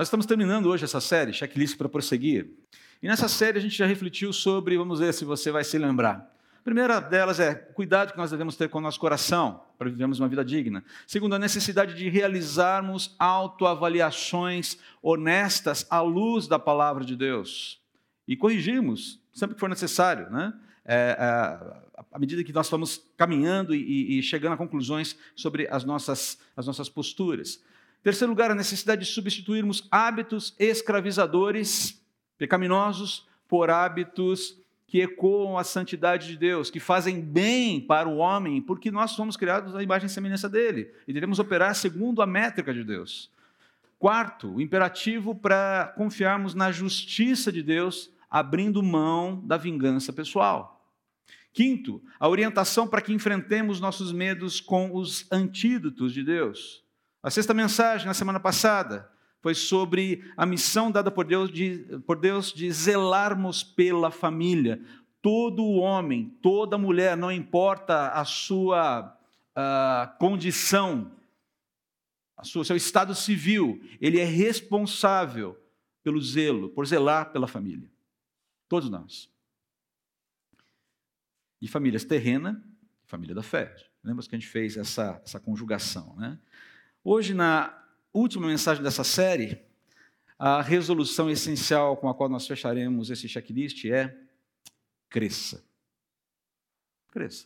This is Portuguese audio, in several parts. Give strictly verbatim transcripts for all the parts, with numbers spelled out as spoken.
Nós estamos terminando hoje essa série, Checklist para Prosseguir. E nessa série a gente já refletiu sobre, vamos ver se você vai se lembrar. A primeira delas é o cuidado que nós devemos ter com o nosso coração para vivermos uma vida digna. Segundo, a necessidade de realizarmos autoavaliações honestas à luz da palavra de Deus. E corrigirmos sempre que for necessário, né? É, é, à medida que nós vamos caminhando e, e chegando a conclusões sobre as nossas, as nossas posturas. Em terceiro lugar, a necessidade de substituirmos hábitos escravizadores, pecaminosos, por hábitos que ecoam a santidade de Deus, que fazem bem para o homem, porque nós somos criados à imagem e semelhança dele, e devemos operar segundo a métrica de Deus. Quarto, o imperativo para confiarmos na justiça de Deus, abrindo mão da vingança pessoal. Quinto, a orientação para que enfrentemos nossos medos com os antídotos de Deus. A sexta mensagem, na semana passada, foi sobre a missão dada por Deus de, por Deus de zelarmos pela família. Todo homem, toda mulher, não importa a sua a condição, o seu estado civil, ele é responsável pelo zelo, por zelar pela família. Todos nós. E famílias terrena e família da fé. Lembra que a gente fez essa, essa conjugação, né? Hoje, na última mensagem dessa série, a resolução essencial com a qual nós fecharemos esse checklist é: cresça. Cresça.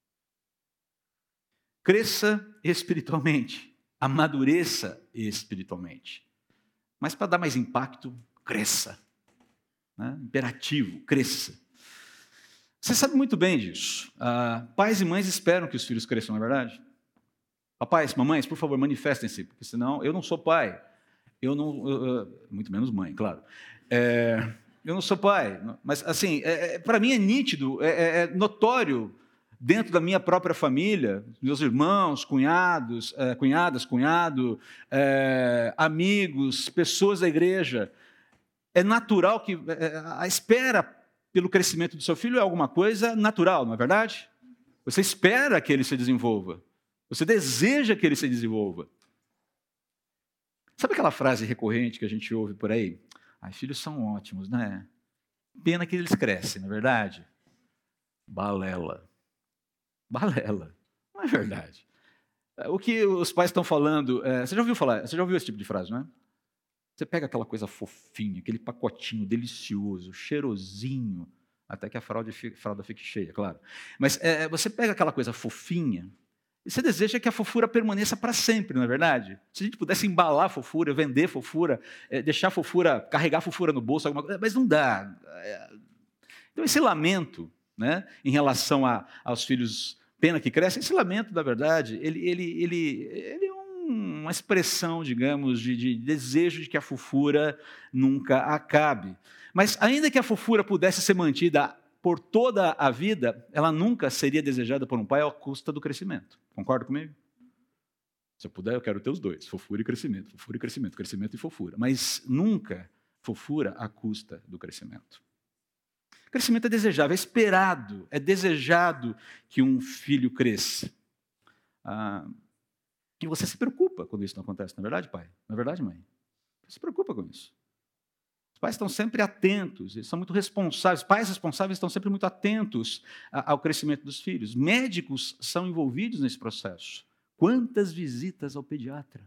Cresça espiritualmente. Amadureça espiritualmente. Mas para dar mais impacto, cresça. Né? Imperativo, cresça. Você sabe muito bem disso. Ah, pais e mães esperam que os filhos cresçam, não é verdade? Papais, mamães, por favor, manifestem-se, porque senão eu não sou pai. Eu não, eu, eu, muito menos mãe, claro. É, eu não sou pai, mas assim, é, é, para mim é nítido, é, é notório dentro da minha própria família, meus irmãos, cunhados, é, cunhadas, cunhado, é, amigos, pessoas da igreja. É natural que é, a espera pelo crescimento do seu filho é alguma coisa natural, não é verdade? Você espera que ele se desenvolva. Você deseja que ele se desenvolva. Sabe aquela frase recorrente que a gente ouve por aí? Ai, filhos são ótimos, né? Pena que eles crescem, não é verdade? Balela. Balela. Não é verdade. O que os pais estão falando... É, você já ouviu falar? Você já ouviu esse tipo de frase, não é? Você pega aquela coisa fofinha, aquele pacotinho delicioso, cheirosinho, até que a fralda fique, fralda fique cheia, claro. Mas é, você pega aquela coisa fofinha, e você deseja que a fofura permaneça para sempre, não é verdade? Se a gente pudesse embalar a fofura, vender fofura, é, deixar a fofura, carregar a fofura no bolso, alguma coisa, mas não dá. Então, esse lamento, né, em relação a, aos filhos pena que crescem, esse lamento, na verdade, ele, ele, ele, ele é um, uma expressão, digamos, de, de desejo de que a fofura nunca acabe. Mas, ainda que a fofura pudesse ser mantida por toda a vida, ela nunca seria desejada por um pai à custa do crescimento. Concorda comigo? Se eu puder, eu quero ter os dois, fofura e crescimento, fofura e crescimento, crescimento e fofura. Mas nunca fofura à custa do crescimento. Crescimento é desejável, é esperado, é desejado que um filho cresça. Ah, e você se preocupa quando isso não acontece, não é verdade, pai? Não é verdade, mãe? Você se preocupa com isso. Os pais estão sempre atentos, eles são muito responsáveis, pais responsáveis estão sempre muito atentos ao crescimento dos filhos. Médicos são envolvidos nesse processo. Quantas visitas ao pediatra?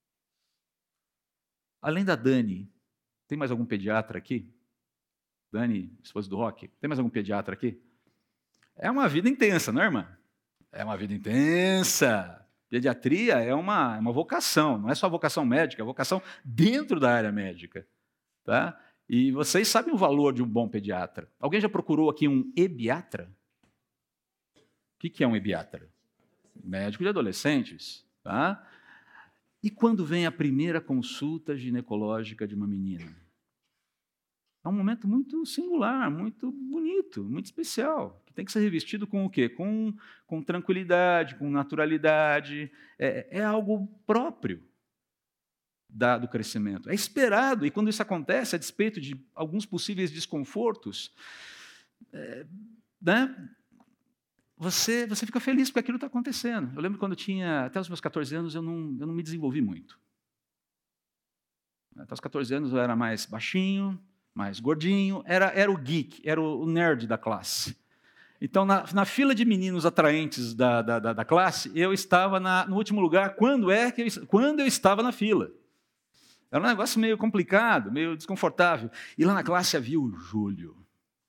Além da Dani, tem mais algum pediatra aqui? Dani, esposa do Roque, tem mais algum pediatra aqui? É uma vida intensa, não é, irmã? É uma vida intensa. Pediatria é uma, uma vocação, não é só vocação médica, é vocação dentro da área médica. Tá? E vocês sabem o valor de um bom pediatra. Alguém já procurou aqui um ebiatra? O que é um ebiatra? Médico de adolescentes. Tá? E quando vem a primeira consulta ginecológica de uma menina? É um momento muito singular, muito bonito, muito especial, que tem que ser revestido com o quê? Com, com tranquilidade, com naturalidade. É, é algo próprio da, do crescimento. É esperado, e quando isso acontece, a despeito de alguns possíveis desconfortos, é, né, você, você fica feliz porque aquilo está acontecendo. Eu lembro quando eu tinha, até os meus catorze anos, eu não, eu não me desenvolvi muito. Até os catorze anos eu era mais baixinho, mais gordinho, era, era o geek, era o, o nerd da classe. Então, na, na fila de meninos atraentes da, da, da, da classe, eu estava na, no último lugar quando, é que eu, quando eu estava na fila. Era um negócio meio complicado, meio desconfortável. E lá na classe havia o Júlio.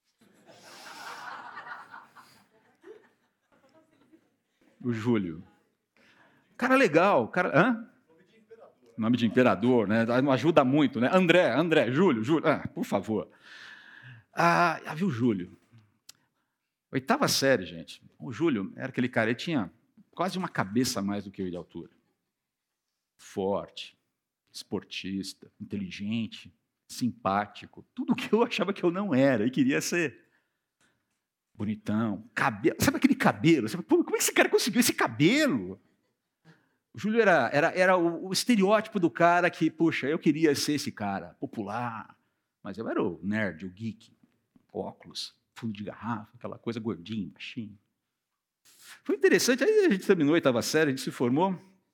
O Júlio. Cara legal, cara... Hã? Nome de imperador, né? Não ajuda muito, né? André, André, Júlio, Júlio, ah, por favor. Ah, havia o Júlio. Oitava série, gente. O Júlio era aquele cara, ele tinha quase uma cabeça a mais do que eu de altura. Forte, esportista, inteligente, simpático, tudo o que eu achava que eu não era e queria ser. Bonitão, cabelo, sabe aquele cabelo? Sabe, como é que esse cara conseguiu esse cabelo? O Júlio era, era, era o, o estereótipo do cara que, puxa, eu queria ser esse cara, popular, mas eu era o nerd, o geek, óculos, fundo de garrafa, aquela coisa gordinho, baixinho. Foi interessante, aí a gente terminou a oitava série, a gente se formou.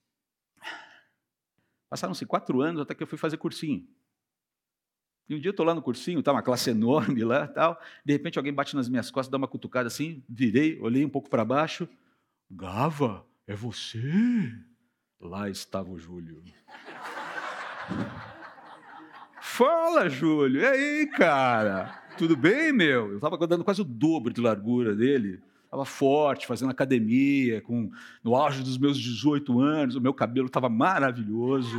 Passaram-se quatro anos até que eu fui fazer cursinho. E um dia eu estou lá no cursinho, tá uma classe enorme lá, tal. De repente alguém bate nas minhas costas, dá uma cutucada assim, virei, olhei um pouco para baixo. Gava, é você? Lá estava o Júlio. Fala, Júlio, e aí, cara? Tudo bem, meu? Eu estava dando quase o dobro de largura dele. Estava forte, fazendo academia, com, no auge dos meus dezoito anos, o meu cabelo estava maravilhoso.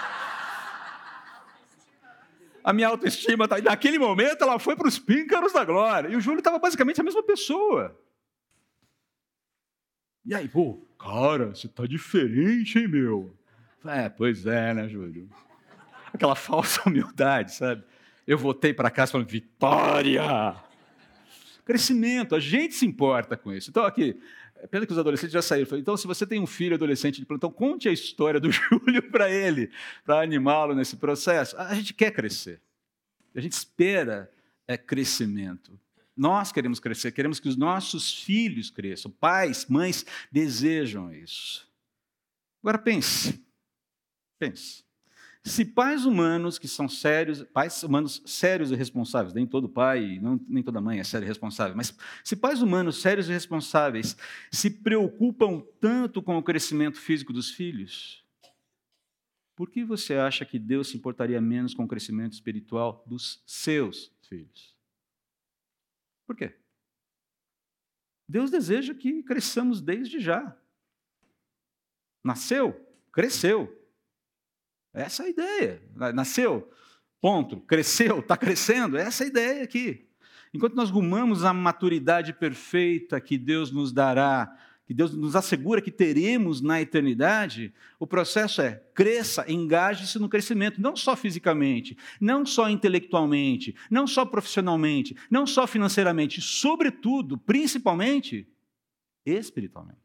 A minha autoestima, naquele momento, ela foi para os píncaros da glória. E o Júlio estava basicamente a mesma pessoa. E aí, pô, cara, você tá diferente, hein, meu? É, pois é, né, Júlio? Aquela falsa humildade, sabe? Eu voltei para casa falando, vitória! Crescimento, a gente se importa com isso. Então, aqui, pena que os adolescentes já saíram. Falei, então, se você tem um filho adolescente de plantão, conte a história do Júlio para ele, para animá-lo nesse processo. A gente quer crescer. A gente espera é, crescimento. Nós queremos crescer, queremos que os nossos filhos cresçam. Pais, mães desejam isso. Agora pense, pense. Se pais humanos que são sérios, pais humanos sérios e responsáveis, nem todo pai, não, nem toda mãe é sério e responsável, mas se pais humanos sérios e responsáveis se preocupam tanto com o crescimento físico dos filhos, por que você acha que Deus se importaria menos com o crescimento espiritual dos seus filhos? Por quê? Deus deseja que cresçamos desde já. Nasceu, cresceu. Essa é a ideia. Nasceu, ponto. Cresceu, está crescendo. Essa é a ideia aqui. Enquanto nós rumamos à maturidade perfeita que Deus nos dará, que Deus nos assegura que teremos na eternidade, o processo é cresça, engaje-se no crescimento, não só fisicamente, não só intelectualmente, não só profissionalmente, não só financeiramente, sobretudo, principalmente, espiritualmente.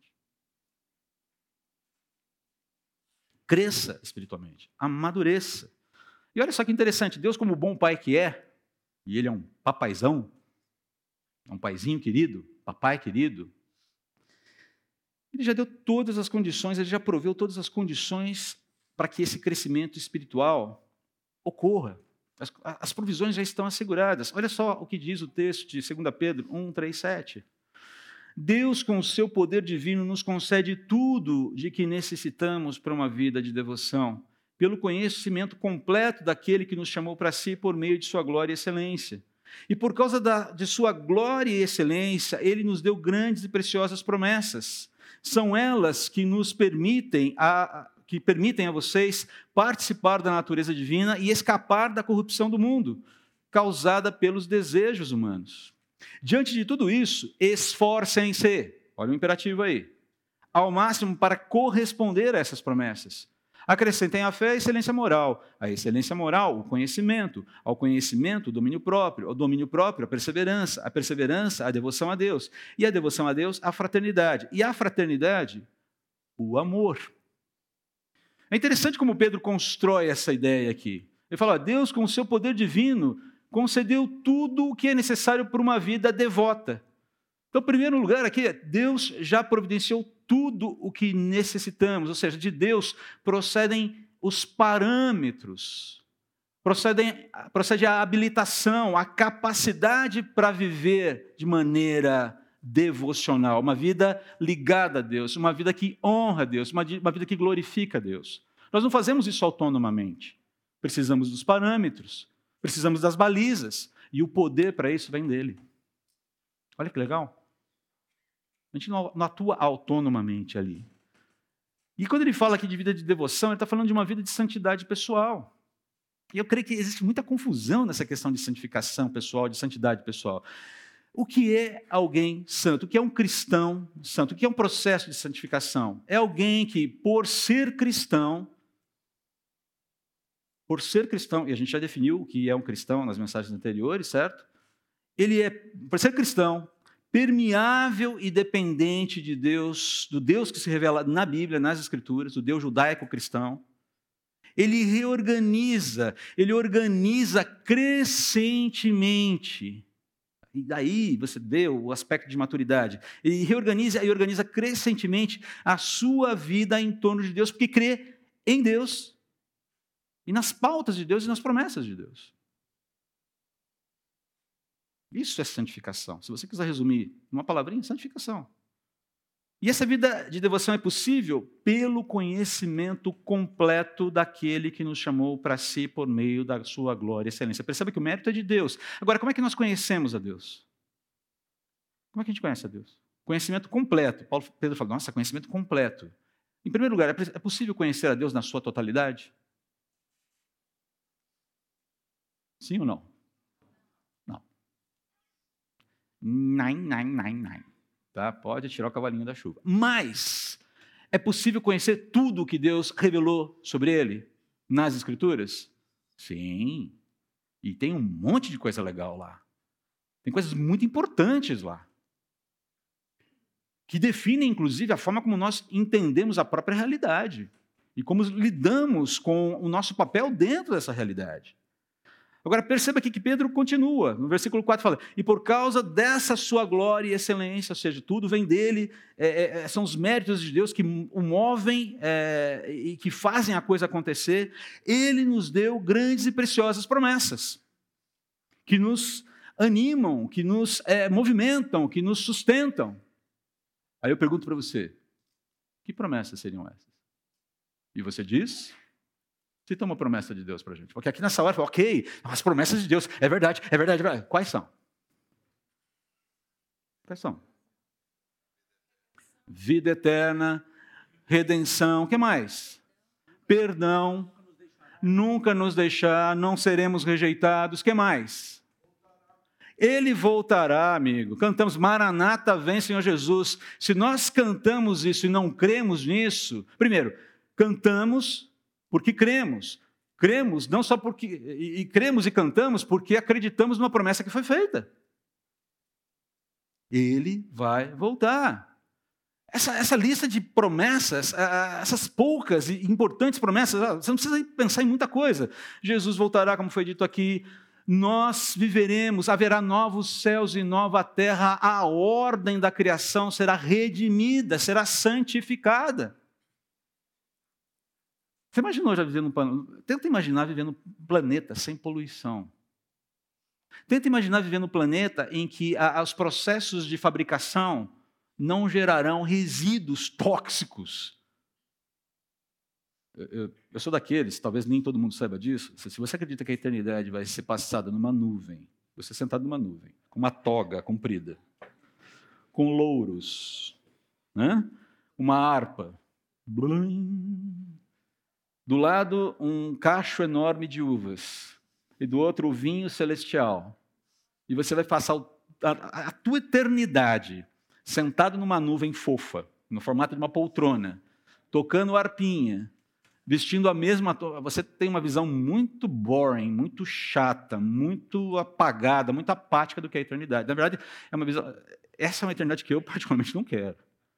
Cresça espiritualmente, amadureça. E olha só que interessante, Deus como bom pai que é, e Ele é um papaizão, é um paizinho querido, papai querido, Ele já deu todas as condições, Ele já proveu todas as condições para que esse crescimento espiritual ocorra. As, as provisões já estão asseguradas. Olha só o que diz o texto de dois Pedro um, três, sete. Deus, com o seu poder divino, nos concede tudo de que necessitamos para uma vida de devoção, pelo conhecimento completo daquele que nos chamou para si por meio de sua glória e excelência. E por causa da, de sua glória e excelência, Ele nos deu grandes e preciosas promessas. São elas que nos permitem, a, que permitem a vocês participar da natureza divina e escapar da corrupção do mundo, causada pelos desejos humanos. Diante de tudo isso, esforcem-se, olha o imperativo aí, ao máximo para corresponder a essas promessas. Acrescentem à fé a excelência moral, a excelência moral, o conhecimento, ao conhecimento, o domínio próprio, ao domínio próprio, a perseverança, a perseverança, a devoção a Deus, e a devoção a Deus, a fraternidade, e a fraternidade, o amor. É interessante como Pedro constrói essa ideia aqui. Ele fala, ó, Deus com o seu poder divino concedeu tudo o que é necessário para uma vida devota. Então, em primeiro lugar aqui, Deus já providenciou tudo o que necessitamos, ou seja, de Deus procedem os parâmetros Procede, procede a habilitação, a capacidade para viver de maneira devocional, uma vida ligada a Deus, uma vida que honra a Deus, uma, uma vida que glorifica a Deus. Nós não fazemos isso autonomamente. Precisamos dos parâmetros, precisamos das balizas, e o poder para isso vem dele. Olha que legal. A gente não, não atua autonomamente ali. E quando ele fala aqui de vida de devoção, ele está falando de uma vida de santidade pessoal. E eu creio que existe muita confusão nessa questão de santificação pessoal, de santidade pessoal. O que é alguém santo? O que é um cristão santo? O que é um processo de santificação? É alguém que, por ser cristão, por ser cristão, e a gente já definiu o que é um cristão nas mensagens anteriores, certo? Ele é, por ser cristão, permeável e dependente de Deus, do Deus que se revela na Bíblia, nas Escrituras, do Deus judaico-cristão. Ele reorganiza, ele organiza crescentemente. E daí você vê o aspecto de maturidade. Ele reorganiza e organiza crescentemente a sua vida em torno de Deus, porque crê em Deus, e nas pautas de Deus e nas promessas de Deus. Isso é santificação. Se você quiser resumir numa palavrinha, santificação. E essa vida de devoção é possível pelo conhecimento completo daquele que nos chamou para si por meio da sua glória e excelência. Perceba que o mérito é de Deus. Agora, como é que nós conhecemos a Deus? Como é que a gente conhece a Deus? Conhecimento completo. Paulo, Pedro fala, nossa, conhecimento completo. Em primeiro lugar, é possível conhecer a Deus na sua totalidade? Sim ou não? Não. Nine, nine, nine, nine. Tá? Pode tirar o cavalinho da chuva. Mas é possível conhecer tudo o que Deus revelou sobre ele nas Escrituras? Sim. E tem um monte de coisa legal lá. Tem coisas muito importantes lá. Que definem, inclusive, a forma como nós entendemos a própria realidade. E como lidamos com o nosso papel dentro dessa realidade. Agora, perceba aqui que Pedro continua, no versículo quatro fala, e por causa dessa sua glória e excelência, ou seja, tudo vem dele, é, é, são os méritos de Deus que o movem é, e que fazem a coisa acontecer, ele nos deu grandes e preciosas promessas, que nos animam, que nos é, movimentam, que nos sustentam. Aí eu pergunto para você, que promessas seriam essas? E você diz... Cita uma promessa de Deus para a gente. Porque aqui nessa hora, fala, ok, as promessas de Deus, é verdade, é verdade, é verdade. Quais são? Quais são? Vida eterna, redenção, o que mais? Perdão, nunca nos deixar, não seremos rejeitados, o que mais? Ele voltará, amigo. Cantamos, Maranata, vem, Senhor Jesus. Se nós cantamos isso e não cremos nisso, primeiro, cantamos... Porque cremos, cremos não só porque, e, e cremos e cantamos porque acreditamos numa promessa que foi feita. Ele vai voltar. Essa, essa lista de promessas, essas poucas e importantes promessas, você não precisa pensar em muita coisa. Jesus voltará, como foi dito aqui, nós viveremos, haverá novos céus e nova terra, a ordem da criação será redimida, será santificada. Você imaginou já vivendo num planeta? Tenta imaginar vivendo num planeta sem poluição. Tenta imaginar vivendo num planeta em que a, os processos de fabricação não gerarão resíduos tóxicos. Eu, eu, eu sou daqueles, talvez nem todo mundo saiba disso, se você acredita que a eternidade vai ser passada numa nuvem, você sentado numa nuvem, com uma toga comprida, com louros, né? Uma harpa, blim, do lado, um cacho enorme de uvas. E do outro, o vinho celestial. E você vai passar a, a tua eternidade sentado numa nuvem fofa, no formato de uma poltrona, tocando harpinha, vestindo a mesma... Você tem uma visão muito boring, muito chata, muito apagada, muito apática do que é a eternidade. Na verdade, é uma visão... essa é uma eternidade que eu particularmente não quero.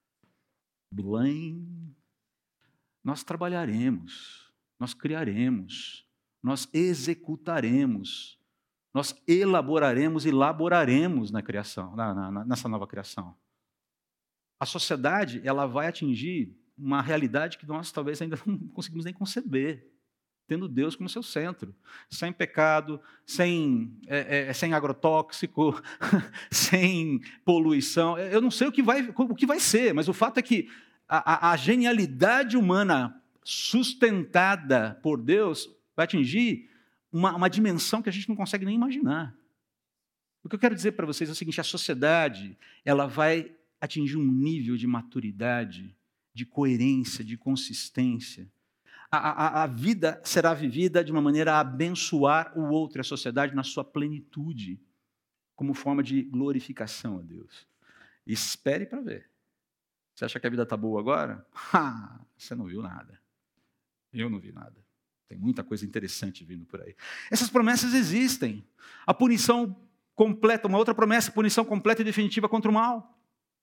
Blim. Nós trabalharemos, nós criaremos, nós executaremos, nós elaboraremos e laboraremos na criação, na, na, nessa nova criação. A sociedade ela vai atingir uma realidade que nós talvez ainda não conseguimos nem conceber. tendo Deus como seu centro, sem pecado, sem, é, é, sem agrotóxico, sem poluição. Eu não sei o que, vai, o que vai ser, mas o fato é que a, a, a genialidade humana sustentada por Deus vai atingir uma, uma dimensão que a gente não consegue nem imaginar. O que eu quero dizer para vocês é o seguinte: a sociedade ela vai atingir um nível de maturidade, de coerência, de consistência. A, a, a vida será vivida de uma maneira a abençoar o outro e a sociedade na sua plenitude, como forma de glorificação a Deus. Espere para ver. Você acha que a vida está boa agora? Ha, você não viu nada. Eu não vi nada. Tem muita coisa interessante vindo por aí. Essas promessas existem. A punição completa, uma outra promessa, punição completa e definitiva contra o mal.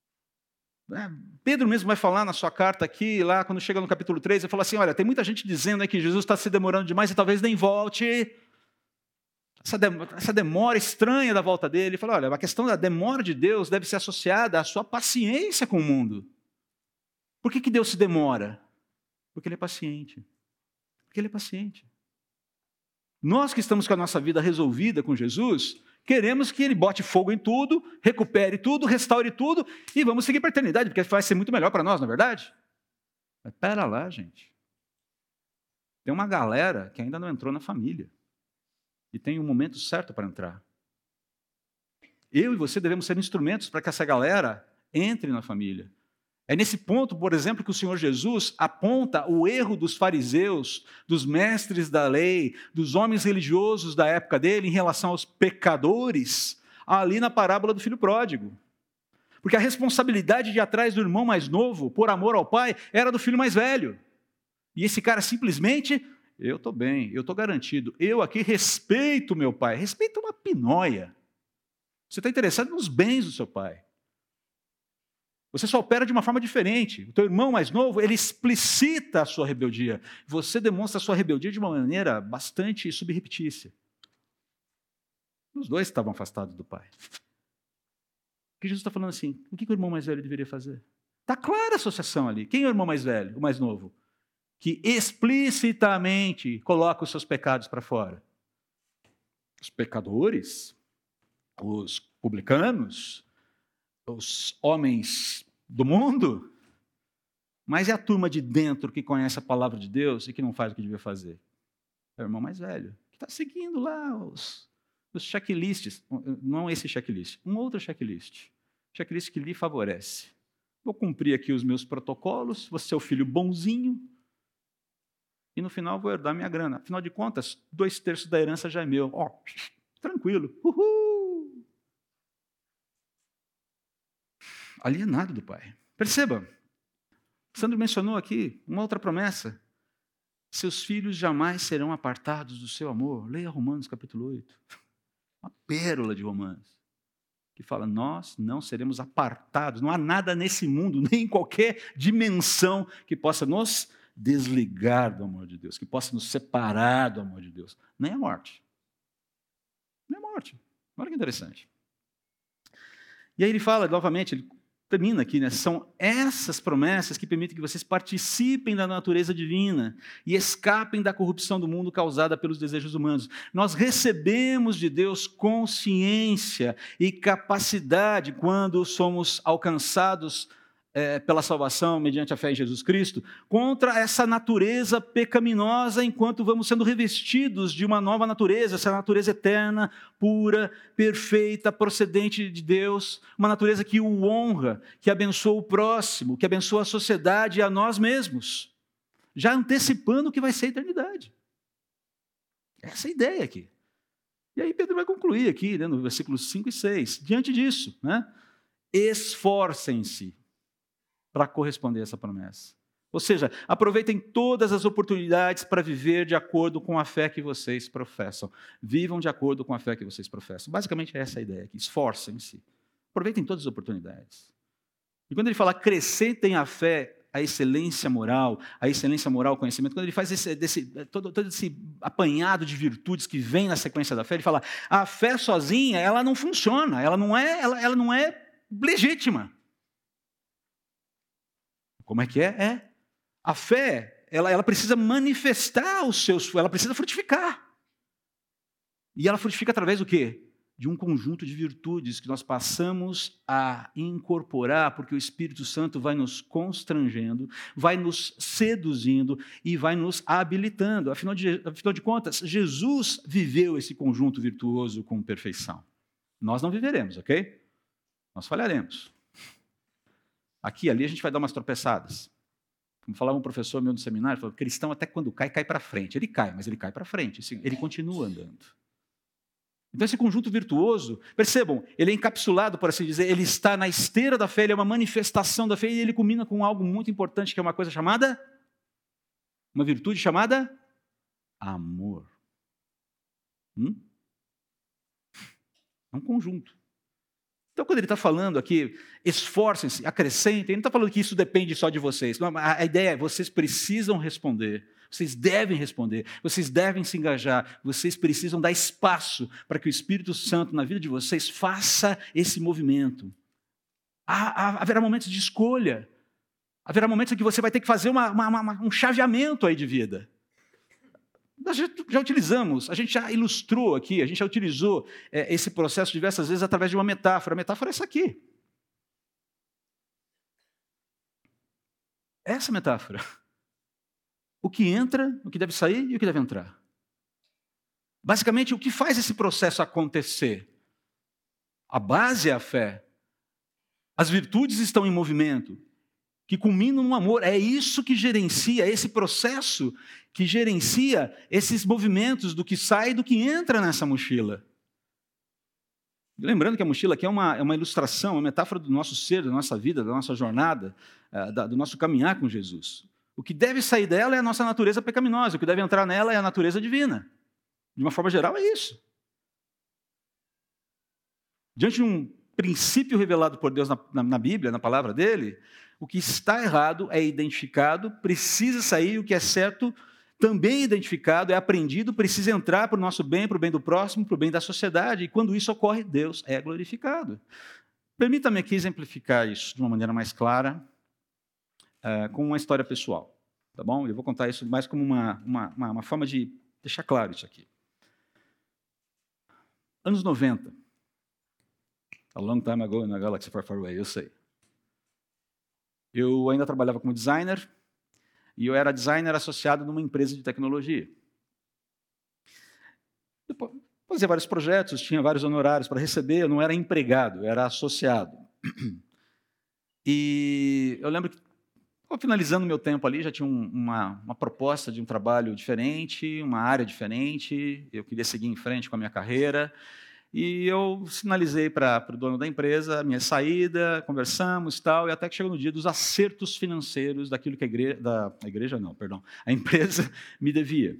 Pedro mesmo vai falar na sua carta aqui, lá quando chega no capítulo três, ele fala assim, olha, tem muita gente dizendo aí que Jesus está se demorando demais e talvez nem volte. Essa demora, essa demora estranha da volta dele. Ele fala, olha, a questão da demora de Deus deve ser associada à sua paciência com o mundo. Por que que Deus se demora? Porque Ele é paciente. Porque Ele é paciente. Nós que estamos com a nossa vida resolvida com Jesus, queremos que Ele bote fogo em tudo, recupere tudo, restaure tudo e vamos seguir para a eternidade, porque vai ser muito melhor para nós, não é verdade? Mas pera lá, gente. Tem uma galera que ainda não entrou na família e tem um momento certo para entrar. Eu e você devemos ser instrumentos para que essa galera entre na família. É nesse ponto, por exemplo, que o Senhor Jesus aponta o erro dos fariseus, dos mestres da lei, dos homens religiosos da época dele em relação aos pecadores, ali na parábola do filho pródigo. Porque a responsabilidade de ir atrás do irmão mais novo, por amor ao pai, era do filho mais velho. E esse cara simplesmente, eu estou bem, eu estou garantido, eu aqui respeito meu pai, respeito uma pinóia. Você está interessado nos bens do seu pai. Você só opera de uma forma diferente. O teu irmão mais novo, ele explicita a sua rebeldia. Você demonstra a sua rebeldia de uma maneira bastante subreptícia. Os dois estavam afastados do pai. O que Jesus está falando assim? O que o irmão mais velho deveria fazer? Está clara a associação ali. Quem é o irmão mais velho, o mais novo? Que explicitamente coloca os seus pecados para fora. Os pecadores, os publicanos, os homens do mundo, mas é a turma de dentro que conhece a palavra de Deus e que não faz o que devia fazer. É o irmão mais velho, que está seguindo lá os, os checklists, não esse checklist, um outro checklist, checklist que lhe favorece. Vou cumprir aqui os meus protocolos, vou ser o filho bonzinho, e no final vou herdar minha grana. Afinal de contas, dois terços da herança já é meu. Ó, oh, tranquilo, uhul! Alienado do pai. Perceba, Sandro mencionou aqui uma outra promessa. Seus filhos jamais serão apartados do seu amor. Leia Romanos capítulo oito. Uma pérola de Romanos. Que fala, nós não seremos apartados. Não há nada nesse mundo, nem em qualquer dimensão que possa nos desligar do amor de Deus, que possa nos separar do amor de Deus. Nem a morte. Nem a morte. Olha que interessante. E aí ele fala, novamente, ele termina aqui, né? São essas promessas que permitem que vocês participem da natureza divina e escapem da corrupção do mundo causada pelos desejos humanos. Nós recebemos de Deus consciência e capacidade quando somos alcançados é, pela salvação mediante a fé em Jesus Cristo, contra essa natureza pecaminosa, enquanto vamos sendo revestidos de uma nova natureza, essa natureza eterna, pura, perfeita, procedente de Deus, uma natureza que o honra, que abençoa o próximo, que abençoa a sociedade e a nós mesmos, já antecipando o que vai ser a eternidade. Essa é a ideia aqui. E aí Pedro vai concluir aqui, né, no versículos cinco e seis, diante disso, né? Esforcem-se para corresponder a essa promessa. Ou seja, aproveitem todas as oportunidades para viver de acordo com a fé que vocês professam. Vivam de acordo com a fé que vocês professam. Basicamente, essa é a ideia aqui. Esforcem-se. Aproveitem todas as oportunidades. E quando ele fala acrescentem à fé a excelência moral, a excelência moral, conhecimento, quando ele faz esse, desse, todo, todo esse apanhado de virtudes que vem na sequência da fé, ele fala, a fé sozinha, ela não funciona, ela não é, ela, ela não é legítima. Como é que é? É. A fé ela, ela precisa manifestar os seus, ela precisa frutificar. E ela frutifica através do quê? De um conjunto de virtudes que nós passamos a incorporar, porque o Espírito Santo vai nos constrangendo, vai nos seduzindo e vai nos habilitando. Afinal de, afinal de contas, Jesus viveu esse conjunto virtuoso com perfeição. Nós não viveremos, ok? Nós falharemos. Aqui, ali, a gente vai dar umas tropeçadas. Como falava um professor meu no seminário, falou, cristão até quando cai, cai para frente. Ele cai, mas ele cai para frente, ele continua andando. Então esse conjunto virtuoso, percebam, ele é encapsulado, por assim dizer, ele está na esteira da fé, ele é uma manifestação da fé e ele culmina com algo muito importante, que é uma coisa chamada, uma virtude chamada amor. Hum? É um conjunto. Então quando ele está falando aqui, esforcem-se, acrescentem, ele não está falando que isso depende só de vocês. Não, a ideia é, vocês precisam responder. Vocês devem responder, vocês devem se engajar, vocês precisam dar espaço para que o Espírito Santo, na vida de vocês, faça esse movimento. Há, há, haverá momentos de escolha, haverá momentos em que você vai ter que fazer uma, uma, uma, um chaveamento aí de vida. Nós já, já utilizamos, a gente já ilustrou aqui, a gente já utilizou é, esse processo diversas vezes através de uma metáfora. A metáfora é essa aqui. Essa metáfora. O que entra, o que deve sair e o que deve entrar. Basicamente, o que faz esse processo acontecer? A base é a fé. As virtudes estão em movimento, que culminam no amor. É isso que gerencia, esse processo que gerencia esses movimentos do que sai e do que entra nessa mochila. Lembrando que a mochila aqui é uma, é uma ilustração, uma metáfora do nosso ser, da nossa vida, da nossa jornada, da, do nosso caminhar com Jesus. O que deve sair dela é a nossa natureza pecaminosa, o que deve entrar nela é a natureza divina. De uma forma geral, é isso. Diante de um princípio revelado por Deus na, na, na Bíblia, na palavra dele, o que está errado é identificado, precisa sair, o que é certo também é identificado, é aprendido, precisa entrar para o nosso bem, para o bem do próximo, para o bem da sociedade, e quando isso ocorre, Deus é glorificado. Permita-me aqui exemplificar isso de uma maneira mais clara, Uh, com uma história pessoal, tá bom? Eu vou contar isso mais como uma, uma, uma, uma forma de deixar claro isso aqui. Anos noventa. A long time ago in a galaxy far, far away, eu sei. Eu ainda trabalhava como designer e eu era designer associado numa empresa de tecnologia. Eu fazia vários projetos, tinha vários honorários para receber, eu não era empregado, eu era associado. E eu lembro que finalizando meu tempo ali, já tinha um, uma, uma proposta de um trabalho diferente, uma área diferente, eu queria seguir em frente com a minha carreira, e eu sinalizei para o dono da empresa a minha saída, conversamos e tal, e até que chegou no dia dos acertos financeiros daquilo que a igreja, da, a igreja não, perdão, a empresa me devia.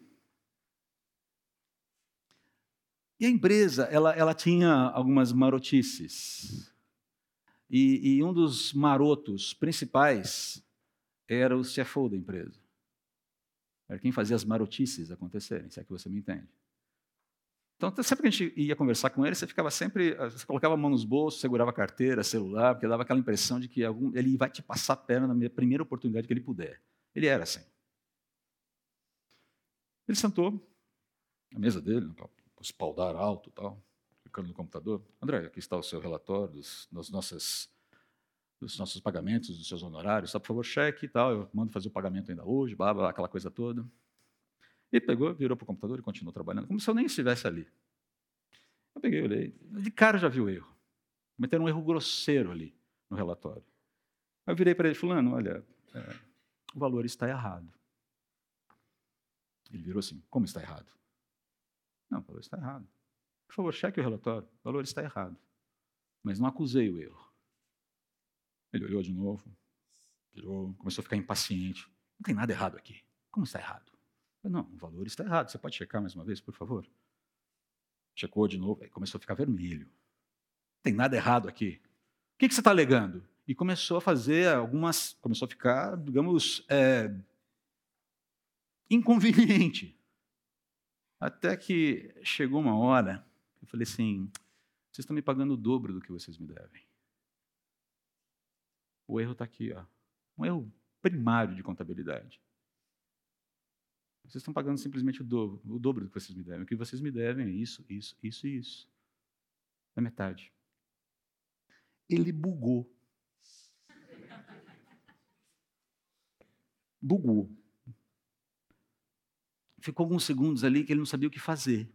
E a empresa, ela, ela tinha algumas marotices, e, e um dos marotos principais era o C F O da empresa. Era quem fazia as marotices acontecerem, se é que você me entende. Então, sempre que a gente ia conversar com ele, você ficava sempre, você colocava a mão nos bolsos, segurava a carteira, celular, porque dava aquela impressão de que algum, ele vai te passar a perna na primeira oportunidade que ele puder. Ele era assim. Ele sentou na mesa dele, com o espaldar alto e tal, ficando no computador. André, aqui está o seu relatório dos, das nossas... dos nossos pagamentos, dos seus honorários, tá, por favor, cheque e tal, eu mando fazer o pagamento ainda hoje, blá, blá, aquela coisa toda. E pegou, virou para o computador e continuou trabalhando, como se eu nem estivesse ali. Eu peguei, olhei, de cara já vi o erro. Cometeram um erro grosseiro ali no relatório. Aí eu virei para ele, fulano, olha, é, o valor está errado. Ele virou assim, como está errado? Não, o valor está errado. Por favor, cheque o relatório, o valor está errado. Mas não acusei o erro. Ele olhou de novo, virou, começou a ficar impaciente. Não tem nada errado aqui. Como está errado? Eu, não, o valor está errado. Você pode checar mais uma vez, por favor? Checou de novo, aí começou a ficar vermelho. Não tem nada errado aqui. O que, que você está alegando? E começou a fazer algumas... Começou a ficar, digamos, é, inconveniente. Até que chegou uma hora, eu falei assim, vocês estão me pagando o dobro do que vocês me devem. O erro está aqui, ó. Um erro primário de contabilidade. Vocês estão pagando simplesmente o dobro, o dobro do que vocês me devem. O que vocês me devem é isso, isso, isso e isso. É metade. Ele bugou. Bugou. Ficou alguns segundos ali que ele não sabia o que fazer.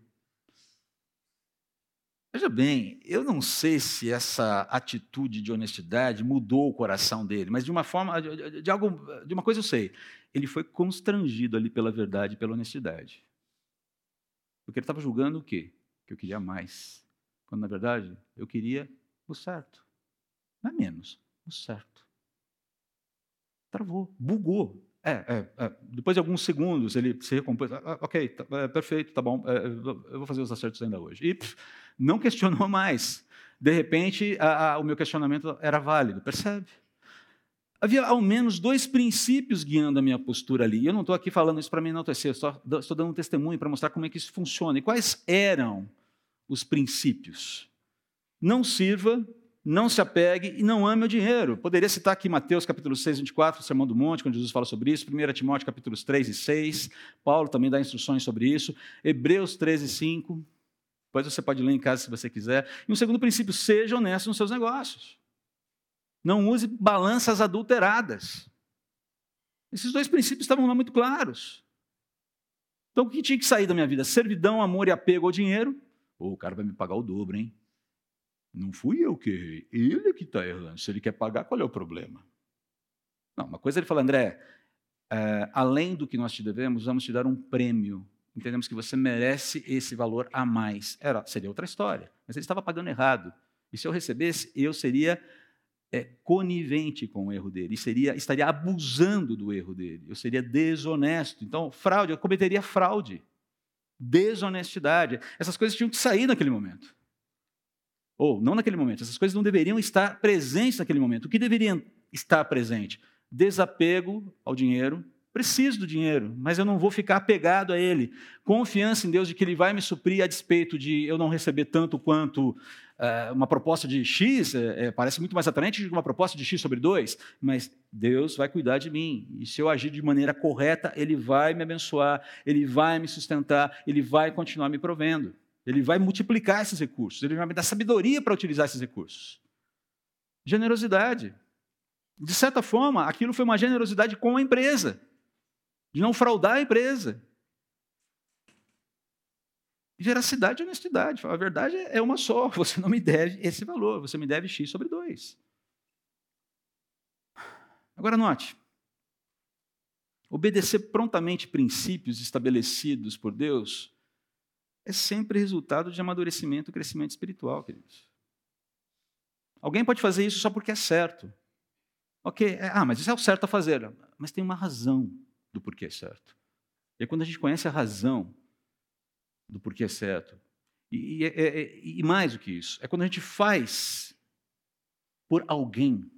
Veja bem, eu não sei se essa atitude de honestidade mudou o coração dele, mas de uma forma, de, de, algo, de uma coisa eu sei, ele foi constrangido ali pela verdade e pela honestidade. Porque ele estava julgando o quê? Que eu queria mais. Quando, na verdade, eu queria o certo. Não é menos, o certo. Travou, bugou. É, é, é. Depois de alguns segundos, ele se recompôs. Ah, ok, tá, é, perfeito, tá bom, é, eu vou fazer os acertos ainda hoje. E pff, não questionou mais. De repente, a, a, o meu questionamento era válido, percebe? Havia ao menos dois princípios guiando a minha postura ali. Eu não estou aqui falando isso para me enaltecer, estou dando um testemunho para mostrar como é que isso funciona. E quais eram os princípios? Não sirva, não se apegue e não ame o dinheiro. Poderia citar aqui Mateus capítulo seis, vinte e quatro, o Sermão do Monte, quando Jesus fala sobre isso, primeira Timóteo capítulos três e seis, Paulo também dá instruções sobre isso, Hebreus treze, cinco, depois você pode ler em casa se você quiser. E um segundo princípio, seja honesto nos seus negócios. Não use balanças adulteradas. Esses dois princípios estavam lá muito claros. Então, o que tinha que sair da minha vida? Servidão, amor e apego ao dinheiro. Ou oh, o cara vai me pagar o dobro, hein? Não fui eu que errei, ele que está errando. Se ele quer pagar, qual é o problema? Não, uma coisa ele fala, André, é, além do que nós te devemos, vamos te dar um prêmio. Entendemos que você merece esse valor a mais. Era, seria outra história, mas ele estava pagando errado. E se eu recebesse, eu seria é, conivente com o erro dele, e seria, estaria abusando do erro dele, eu seria desonesto. Então, fraude, eu cometeria fraude, desonestidade. Essas coisas tinham que sair naquele momento. Ou, não naquele momento, essas coisas não deveriam estar presentes naquele momento. O que deveria estar presente? Desapego ao dinheiro. Preciso do dinheiro, mas eu não vou ficar apegado a ele. Confiança em Deus de que Ele vai me suprir a despeito de eu não receber tanto quanto uh, uma proposta de X, é, é, parece muito mais atraente do que uma proposta de X sobre dois, mas Deus vai cuidar de mim. E se eu agir de maneira correta, Ele vai me abençoar, Ele vai me sustentar, Ele vai continuar me provendo. Ele vai multiplicar esses recursos, Ele vai me dar sabedoria para utilizar esses recursos. Generosidade. De certa forma, aquilo foi uma generosidade com a empresa, de não fraudar a empresa. Veracidade e honestidade. A verdade é uma só, você não me deve esse valor, você me deve X sobre dois. Agora note, obedecer prontamente princípios estabelecidos por Deus é sempre resultado de amadurecimento e crescimento espiritual, queridos. Alguém pode fazer isso só porque é certo. Ok, ah, mas isso é o certo a fazer. Mas tem uma razão do porquê é certo. E é quando a gente conhece a razão do porquê é certo, e, e, e, e mais do que isso, é quando a gente faz por alguém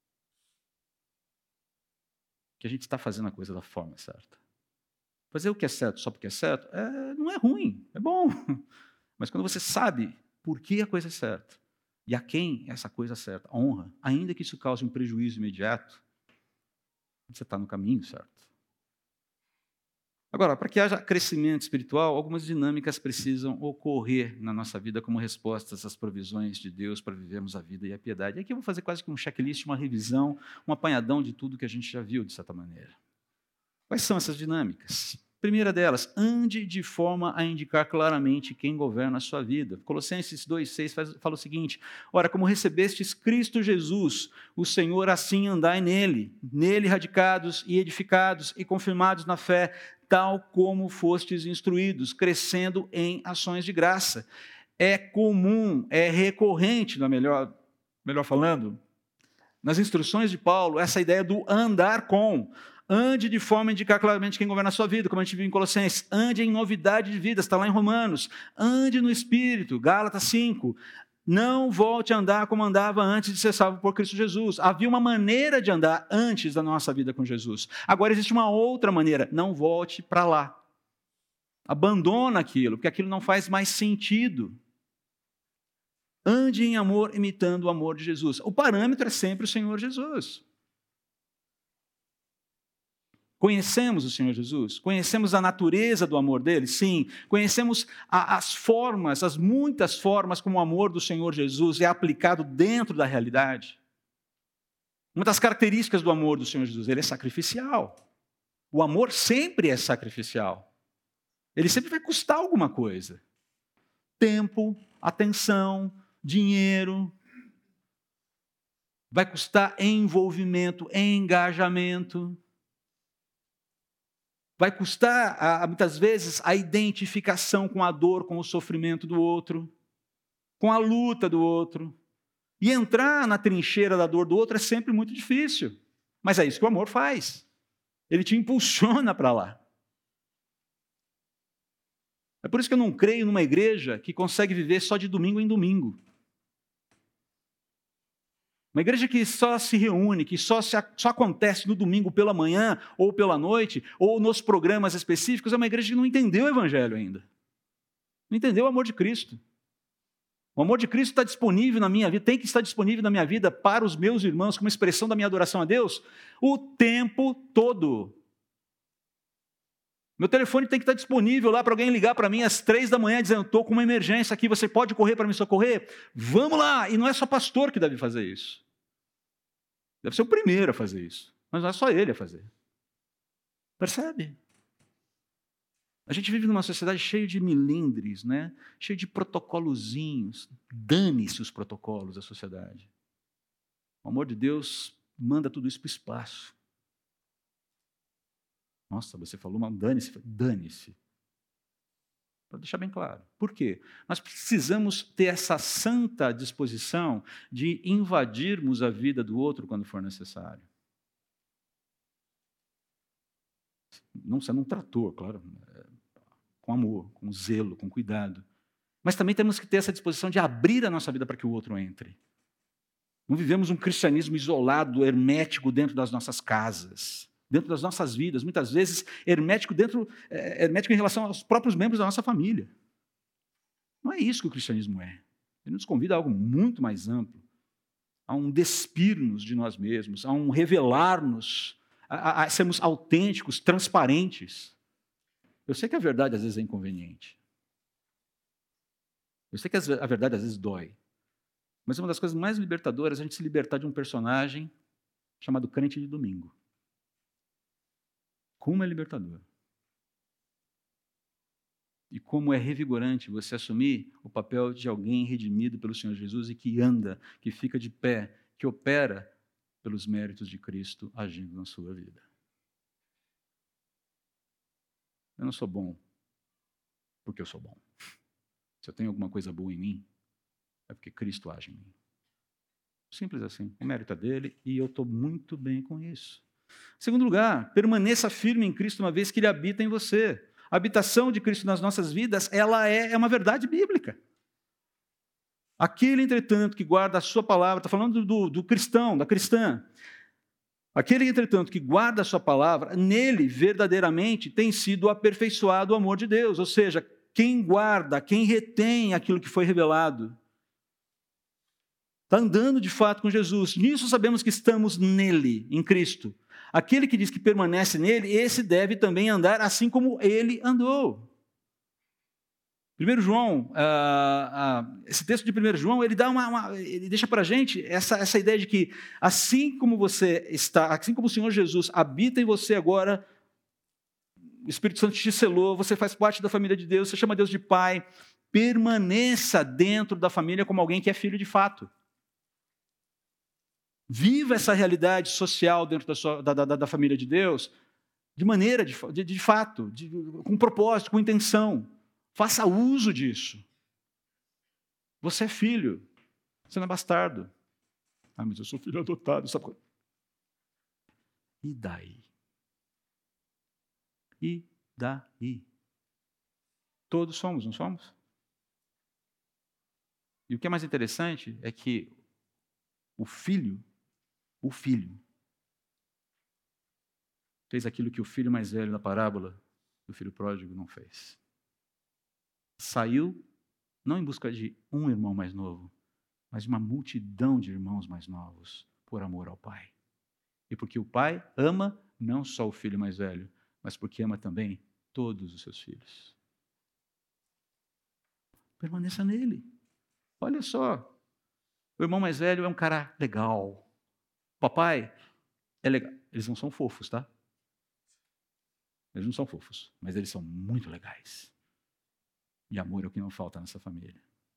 que a gente está fazendo a coisa da forma certa. Fazer o que é certo só porque é certo, é, não é ruim, é bom. Mas quando você sabe por que a coisa é certa, e a quem essa coisa é certa, honra, ainda que isso cause um prejuízo imediato, você está no caminho certo. Agora, para que haja crescimento espiritual, algumas dinâmicas precisam ocorrer na nossa vida como respostas às provisões de Deus para vivermos a vida e a piedade. E aqui eu vou fazer quase que um checklist, uma revisão, um apanhadão de tudo que a gente já viu, de certa maneira. Quais são essas dinâmicas? Primeira delas, ande de forma a indicar claramente quem governa a sua vida. Colossenses dois, seis fala o seguinte, ora, como recebestes Cristo Jesus, o Senhor, assim andai nele, nele radicados e edificados e confirmados na fé, tal como fostes instruídos, crescendo em ações de graça. É comum, é recorrente, não é melhor, melhor falando, nas instruções de Paulo, essa ideia do andar com. Ande de forma a indicar claramente quem governa a sua vida, como a gente viu em Colossenses. Ande em novidade de vida, está lá em Romanos. Ande no Espírito, Gálatas cinco. Não volte a andar como andava antes de ser salvo por Cristo Jesus. Havia uma maneira de andar antes da nossa vida com Jesus. Agora existe uma outra maneira. Não volte para lá. Abandona aquilo, porque aquilo não faz mais sentido. Ande em amor, imitando o amor de Jesus. O parâmetro é sempre o Senhor Jesus. Conhecemos o Senhor Jesus? Conhecemos a natureza do amor dele? Sim. Conhecemos a, as formas, as muitas formas como o amor do Senhor Jesus é aplicado dentro da realidade? Uma das características do amor do Senhor Jesus, ele é sacrificial. O amor sempre é sacrificial. Ele sempre vai custar alguma coisa. Tempo, atenção, dinheiro. Vai custar envolvimento, engajamento. Vai custar, muitas vezes, a identificação com a dor, com o sofrimento do outro, com a luta do outro. E entrar na trincheira da dor do outro é sempre muito difícil. Mas é isso que o amor faz. Ele te impulsiona para lá. É por isso que eu não creio numa igreja que consegue viver só de domingo em domingo. Uma igreja que só se reúne, que só, se, só acontece no domingo pela manhã, ou pela noite, ou nos programas específicos, é uma igreja que não entendeu o Evangelho ainda. Não entendeu o amor de Cristo. O amor de Cristo está disponível na minha vida, tem que estar disponível na minha vida para os meus irmãos, como expressão da minha adoração a Deus, o tempo todo. Meu telefone tem que estar disponível lá para alguém ligar para mim às três da manhã, dizendo, estou com uma emergência aqui, você pode correr para me socorrer? Vamos lá! E não é só pastor que deve fazer isso. Deve ser o primeiro a fazer isso. Mas não é só ele a fazer. Percebe? A gente vive numa sociedade cheia de milindres, né? Cheia de protocolozinhos. Dane-se os protocolos da sociedade. O amor de Deus manda tudo isso para o espaço. Nossa, você falou, mas dane-se. Dane-se. Para deixar bem claro. Por quê? Nós precisamos ter essa santa disposição de invadirmos a vida do outro quando for necessário. Não sendo um trator, claro, com amor, com zelo, com cuidado. Mas também temos que ter essa disposição de abrir a nossa vida para que o outro entre. Não vivemos um cristianismo isolado, hermético dentro das nossas casas, dentro das nossas vidas, muitas vezes hermético, dentro, é, hermético em relação aos próprios membros da nossa família. Não é isso que o cristianismo é. Ele nos convida a algo muito mais amplo, a um despir-nos de nós mesmos, a um revelar-nos, a, a, a sermos autênticos, transparentes. Eu sei que a verdade às vezes é inconveniente. Eu sei que a verdade às vezes dói. Mas uma das coisas mais libertadoras é a gente se libertar de um personagem chamado crente de domingo. Como é libertador. E como é revigorante você assumir o papel de alguém redimido pelo Senhor Jesus e que anda, que fica de pé, que opera pelos méritos de Cristo agindo na sua vida. Eu não sou bom porque eu sou bom. Se eu tenho alguma coisa boa em mim, é porque Cristo age em mim. Simples assim. O mérito é dele e eu estou muito bem com isso. Segundo lugar, permaneça firme em Cristo uma vez que Ele habita em você. A habitação de Cristo nas nossas vidas, ela é, é uma verdade bíblica. Aquele, entretanto, que guarda a sua palavra, está falando do, do cristão, da cristã. Aquele, entretanto, que guarda a sua palavra, nele verdadeiramente tem sido aperfeiçoado o amor de Deus. Ou seja, quem guarda, quem retém aquilo que foi revelado, está andando de fato com Jesus. Nisso sabemos que estamos nele, em Cristo. Aquele que diz que permanece nele, esse deve também andar assim como ele andou. primeiro João, ah, ah, esse texto de primeiro João, ele, dá uma, uma, ele deixa para a gente essa, essa ideia de que assim como você está, assim como o Senhor Jesus habita em você agora, o Espírito Santo te selou, você faz parte da família de Deus, você chama Deus de Pai, permaneça dentro da família como alguém que é filho de fato. Viva essa realidade social dentro da, sua, da, da, da família de Deus de maneira, de, de, de fato, de, com propósito, com intenção. Faça uso disso. Você é filho, você não é bastardo. Ah, mas eu sou filho adotado. Sabe? E daí? E daí? Todos somos, não somos? E o que é mais interessante é que o filho, o filho, fez aquilo que o filho mais velho da parábola do filho pródigo não fez. Saiu, não em busca de um irmão mais novo, mas de uma multidão de irmãos mais novos, por amor ao Pai. E porque o Pai ama não só o filho mais velho, mas porque ama também todos os seus filhos. Permaneça nele. Olha só, o irmão mais velho é um cara legal. O papai é legal. Eles não são fofos, tá? Eles não são fofos, mas eles são muito legais. E amor é o que não falta nessa família.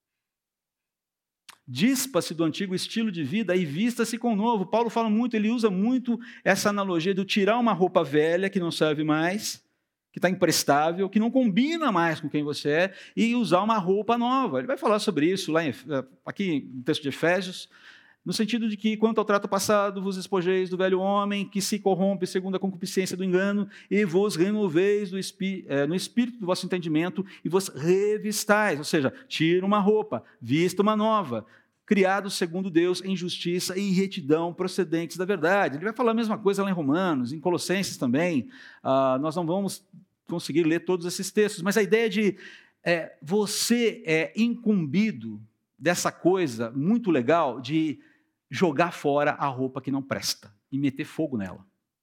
Dispa-se do antigo estilo de vida e vista-se com o novo. Paulo fala muito, ele usa muito essa analogia de tirar uma roupa velha que não serve mais, que está imprestável, que não combina mais com quem você é, e usar uma roupa nova. Ele vai falar sobre isso lá em, aqui no texto de Efésios, no sentido de que, quanto ao trato passado, vos despojeis do velho homem, que se corrompe segundo a concupiscência do engano, e vos renoveis do espí- é, no espírito do vosso entendimento, e vos revistais, ou seja, tira uma roupa, vista uma nova, criados segundo Deus em justiça e retidão procedentes da verdade. Ele vai falar a mesma coisa lá em Romanos, em Colossenses também. Ah, nós não vamos conseguir ler todos esses textos, mas a ideia de é, você é incumbido dessa coisa muito legal de jogar fora a roupa que não presta e meter fogo nela.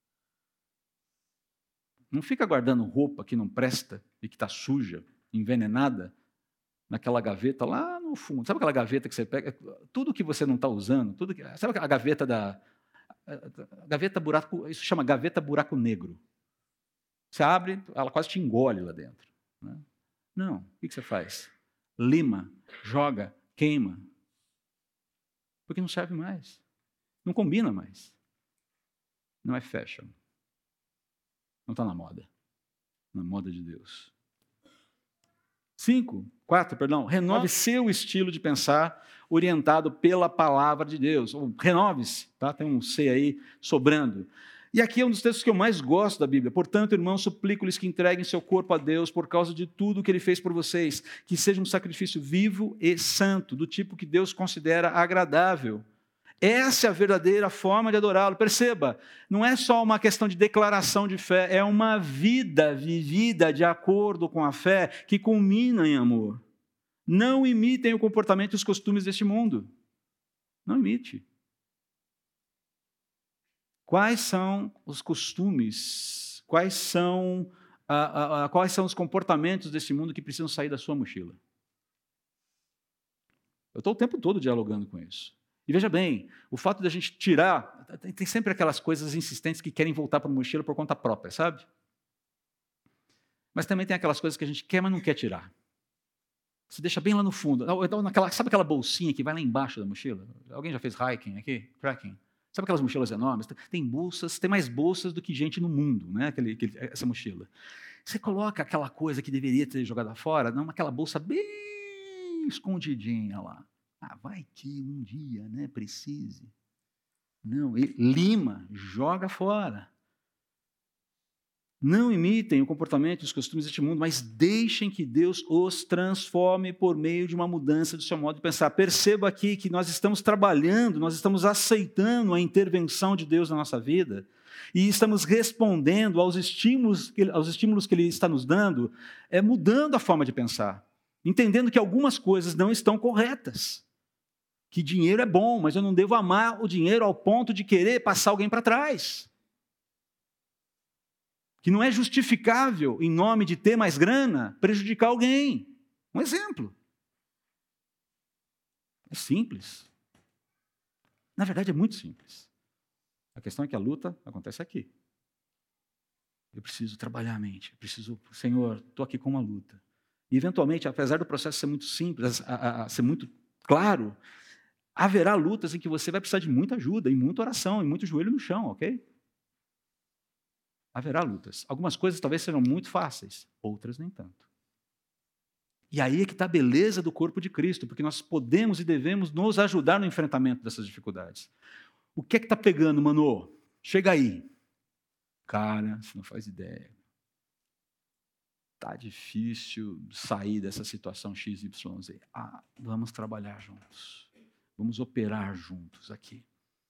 Não fica guardando roupa que não presta e que está suja, envenenada, naquela gaveta lá no fundo. Sabe aquela gaveta que você pega? Tudo que você não está usando, tudo que, sabe a gaveta da... A gaveta buraco, isso chama gaveta buraco negro. Você abre, ela quase te engole lá dentro. Né? Não, o que você faz? Lima, joga, queima. Porque não serve mais. Não combina mais. Não é fashion. Não está na moda. Na moda de Deus. Cinco, quatro, perdão. Renove seu estilo de pensar orientado pela palavra de Deus. Ou renove-se, tá? Tem um C aí sobrando. E aqui é um dos textos que eu mais gosto da Bíblia. Portanto, irmãos, suplico-lhes que entreguem seu corpo a Deus por causa de tudo que Ele fez por vocês, que seja um sacrifício vivo e santo, do tipo que Deus considera agradável. Essa é a verdadeira forma de adorá-lo. Perceba, não é só uma questão de declaração de fé, é uma vida vivida de acordo com a fé que culmina em amor. Não imitem o comportamento e os costumes deste mundo. Não imite. Quais são os costumes, quais são, ah, ah, quais são os comportamentos desse mundo que precisam sair da sua mochila? Eu estou o tempo todo dialogando com isso. E veja bem, o fato de a gente tirar, tem sempre aquelas coisas insistentes que querem voltar para a mochila por conta própria, sabe? Mas também tem aquelas coisas que a gente quer, mas não quer tirar. Você deixa bem lá no fundo. Então, naquela, sabe aquela bolsinha que vai lá embaixo da mochila? Alguém já fez hiking aqui? Trekking? Sabe aquelas mochilas enormes? Tem bolsas, tem mais bolsas do que gente no mundo, né? Aquele, aquele, essa mochila. Você coloca aquela coisa que deveria ter jogado fora, não, aquela bolsa bem escondidinha lá. Ah, vai que um dia, né, precise. Não, ele lima, joga fora. Não imitem o comportamento e os costumes deste mundo, mas deixem que Deus os transforme por meio de uma mudança do seu modo de pensar. Perceba aqui que nós estamos trabalhando, nós estamos aceitando a intervenção de Deus na nossa vida e estamos respondendo aos estímulos, aos estímulos que Ele está nos dando, é, mudando a forma de pensar, entendendo que algumas coisas não estão corretas, que dinheiro é bom, mas eu não devo amar o dinheiro ao ponto de querer passar alguém para trás. Que não é justificável, em nome de ter mais grana, prejudicar alguém. Um exemplo. É simples. Na verdade, é muito simples. A questão é que a luta acontece aqui. Eu preciso trabalhar a mente. Eu preciso, Senhor, estou aqui com uma luta. E, eventualmente, apesar do processo ser muito simples, a, a, a ser muito claro, haverá lutas em que você vai precisar de muita ajuda, e muita oração, e muito joelho no chão, ok? Haverá lutas. Algumas coisas talvez serão muito fáceis, outras nem tanto. E aí é que está a beleza do corpo de Cristo, porque nós podemos e devemos nos ajudar no enfrentamento dessas dificuldades. O que é que está pegando, mano? Chega aí. Cara, você não faz ideia. Está difícil sair dessa situação X Y Z. Ah, vamos trabalhar juntos. Vamos operar juntos aqui.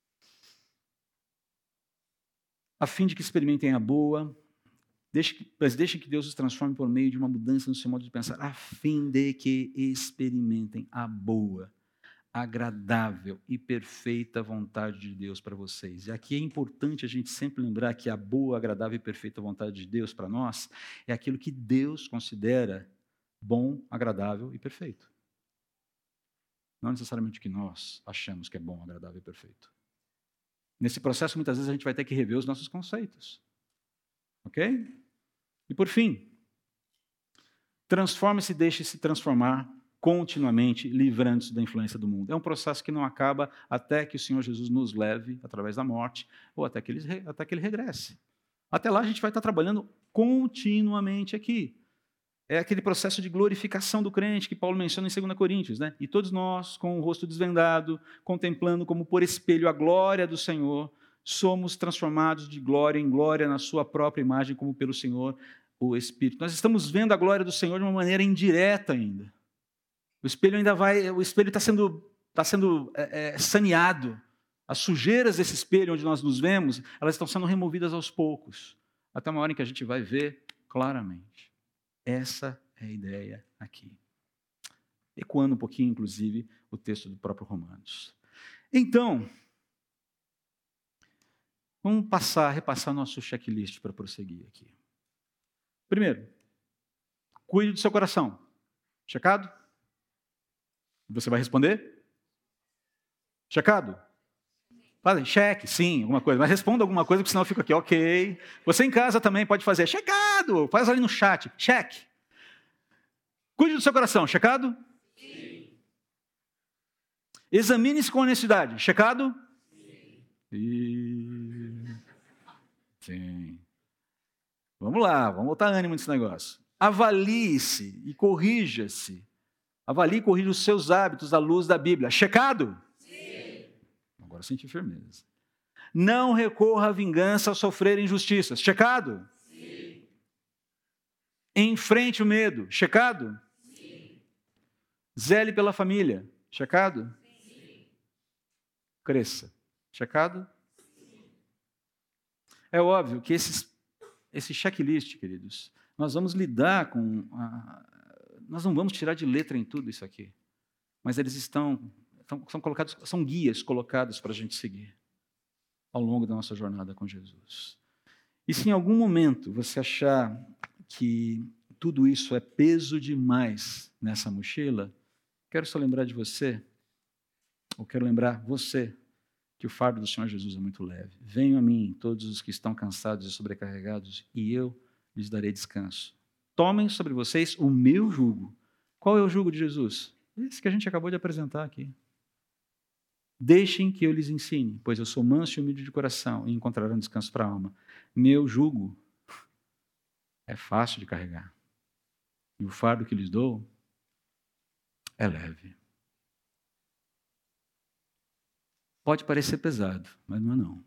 A fim de que experimentem a boa, deixe, mas deixem que Deus os transforme por meio de uma mudança no seu modo de pensar, a fim de que experimentem a boa, agradável e perfeita vontade de Deus para vocês. E aqui é importante a gente sempre lembrar que a boa, agradável e perfeita vontade de Deus para nós é aquilo que Deus considera bom, agradável e perfeito. Não necessariamente o que nós achamos que é bom, agradável e perfeito. Nesse processo, muitas vezes, a gente vai ter que rever os nossos conceitos. Ok? E por fim, transforme-se e deixe-se transformar continuamente, livrando-se da influência do mundo. É um processo que não acaba até que o Senhor Jesus nos leve através da morte ou até que ele, até que ele regresse. Até lá a gente vai estar trabalhando continuamente aqui. É aquele processo de glorificação do crente que Paulo menciona em segunda Coríntios, né? E todos nós, com o rosto desvendado, contemplando como por espelho a glória do Senhor, somos transformados de glória em glória na sua própria imagem, como pelo Senhor, o Espírito. Nós estamos vendo a glória do Senhor de uma maneira indireta ainda. O espelho ainda vai, o espelho está sendo, está sendo é, é, saneado. As sujeiras desse espelho onde nós nos vemos, elas estão sendo removidas aos poucos, até uma hora em que a gente vai ver claramente. Essa é a ideia aqui. Ecoando um pouquinho, inclusive, o texto do próprio Romanos. Então, vamos passar, repassar nosso checklist para prosseguir aqui. Primeiro, cuide do seu coração. Checado? Você vai responder? Checado? Fala, cheque, sim, alguma coisa. Mas responda alguma coisa, porque senão eu fico aqui, ok. Você em casa também pode fazer, checado. Faz ali no chat, cheque. Cuide do seu coração, checado? Sim. Examine-se com honestidade, checado? Sim. E... Sim. Vamos lá, vamos botar ânimo nesse negócio. Avalie-se e corrija-se. Avalie e corrija os seus hábitos à luz da Bíblia. Checado? Sim. Agora eu senti firmeza. Não recorra à vingança ao sofrer injustiças. Checado? Sim. Enfrente o medo. Checado? Sim. Zele pela família. Checado? Sim. Cresça. Checado? Sim. É óbvio que esses, esse checklist, queridos, nós vamos lidar com... A, nós não vamos tirar de letra em tudo isso aqui, mas eles estão, estão são, colocados, são guias colocados para a gente seguir ao longo da nossa jornada com Jesus. E se em algum momento você achar que tudo isso é peso demais nessa mochila, quero só lembrar de você, ou quero lembrar você, que o fardo do Senhor Jesus é muito leve. Venham a mim, todos os que estão cansados e sobrecarregados, e eu lhes darei descanso. Tomem sobre vocês o meu jugo. Qual é o jugo de Jesus? Esse que a gente acabou de apresentar aqui. Deixem que eu lhes ensine, pois eu sou manso e humilde de coração, e encontrarão descanso para a alma. Meu jugo é fácil de carregar. E o fardo que lhes dou é leve. Pode parecer pesado, mas não é não.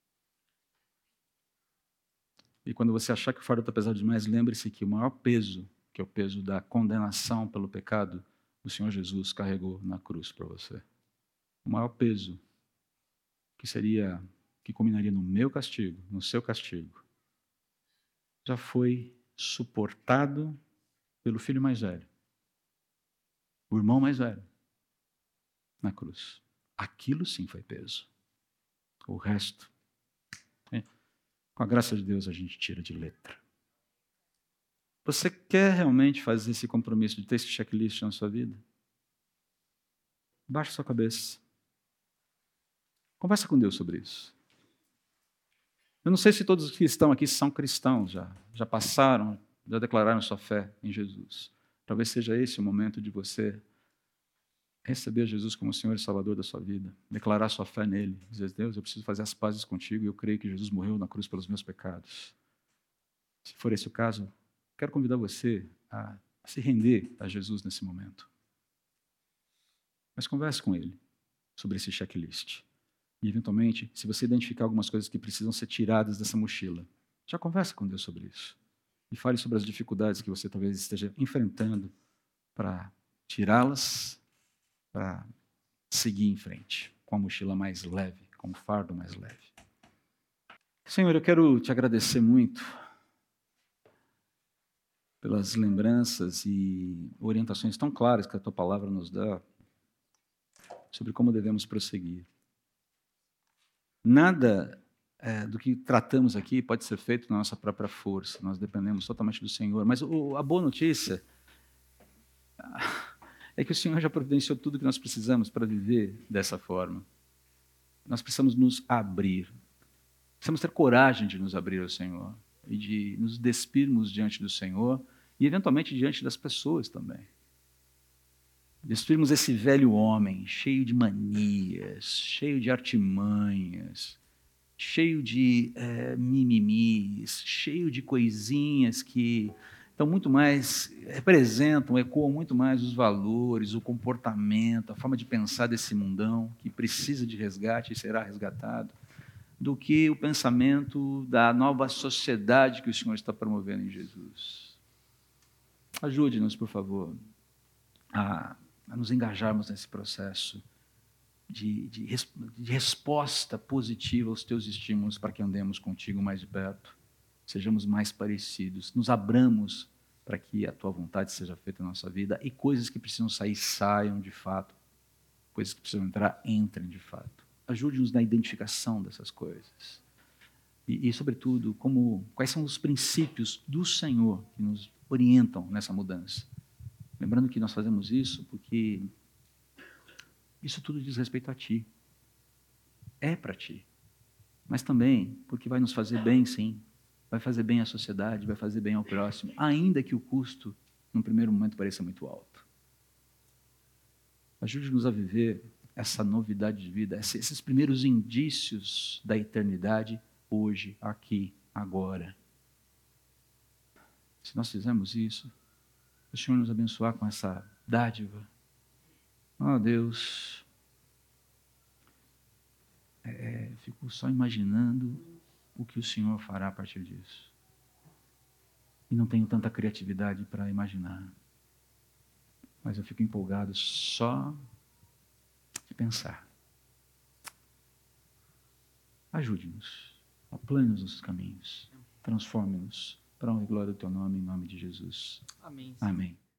E quando você achar que o fardo está pesado demais, lembre-se que o maior peso, que é o peso da condenação pelo pecado, o Senhor Jesus carregou na cruz para você. O maior peso, que seria, que culminaria no meu castigo, no seu castigo, já foi suportado pelo filho mais velho, o irmão mais velho, na cruz. Aquilo sim foi peso. O resto, é, com a graça de Deus, a gente tira de letra. Você quer realmente fazer esse compromisso de ter esse checklist na sua vida? Baixe sua cabeça. Conversa com Deus sobre isso. Eu não sei se todos os que estão aqui são cristãos já, já passaram, já declararam sua fé em Jesus. Talvez seja esse o momento de você receber Jesus como Senhor e Salvador da sua vida, declarar sua fé nele, dizer, Deus, eu preciso fazer as pazes contigo e eu creio que Jesus morreu na cruz pelos meus pecados. Se for esse o caso, quero convidar você a, a se render a Jesus nesse momento. Mas converse com ele sobre esse checklist. E, eventualmente, se você identificar algumas coisas que precisam ser tiradas dessa mochila, já converse com Deus sobre isso. E fale sobre as dificuldades que você talvez esteja enfrentando para tirá-las, para seguir em frente, com a mochila mais leve, com o fardo mais leve. Senhor, eu quero te agradecer muito pelas lembranças e orientações tão claras que a tua palavra nos dá sobre como devemos prosseguir. Nada é, do que tratamos aqui pode ser feito na nossa própria força, nós dependemos totalmente do Senhor. Mas o, a boa notícia é que o Senhor já providenciou tudo que nós precisamos para viver dessa forma. Nós precisamos nos abrir. Precisamos ter coragem de nos abrir ao Senhor e de nos despirmos diante do Senhor e, eventualmente, diante das pessoas também. Despirmos esse velho homem cheio de manias, cheio de artimanhas, cheio de é, mimimis, cheio de coisinhas que estão muito mais, representam, ecoam muito mais os valores, o comportamento, a forma de pensar desse mundão que precisa de resgate e será resgatado, do que o pensamento da nova sociedade que o Senhor está promovendo em Jesus. Ajude-nos, por favor, a, a nos engajarmos nesse processo de, de, de resposta positiva aos teus estímulos para que andemos contigo mais de perto, sejamos mais parecidos, nos abramos para que a tua vontade seja feita na nossa vida e coisas que precisam sair, saiam de fato, coisas que precisam entrar, entrem de fato. Ajude-nos na identificação dessas coisas. E, e, sobretudo, como, quais são os princípios do Senhor que nos orientam nessa mudança. Lembrando que nós fazemos isso porque isso tudo diz respeito a Ti. É para Ti. Mas também porque vai nos fazer bem, sim. Vai fazer bem à sociedade, vai fazer bem ao próximo, ainda que o custo, num primeiro momento, pareça muito alto. Ajude-nos a viver essa novidade de vida, esses primeiros indícios da eternidade, hoje, aqui, agora. Se nós fizermos isso, o Senhor nos abençoar com essa dádiva. Oh, Deus, é, fico só imaginando o que o Senhor fará a partir disso. E não tenho tanta criatividade para imaginar. Mas eu fico empolgado só de pensar. Ajude-nos, aplane os nossos caminhos, transforme-nos para a honra e glória do Teu nome, em nome de Jesus. Amém. Amém.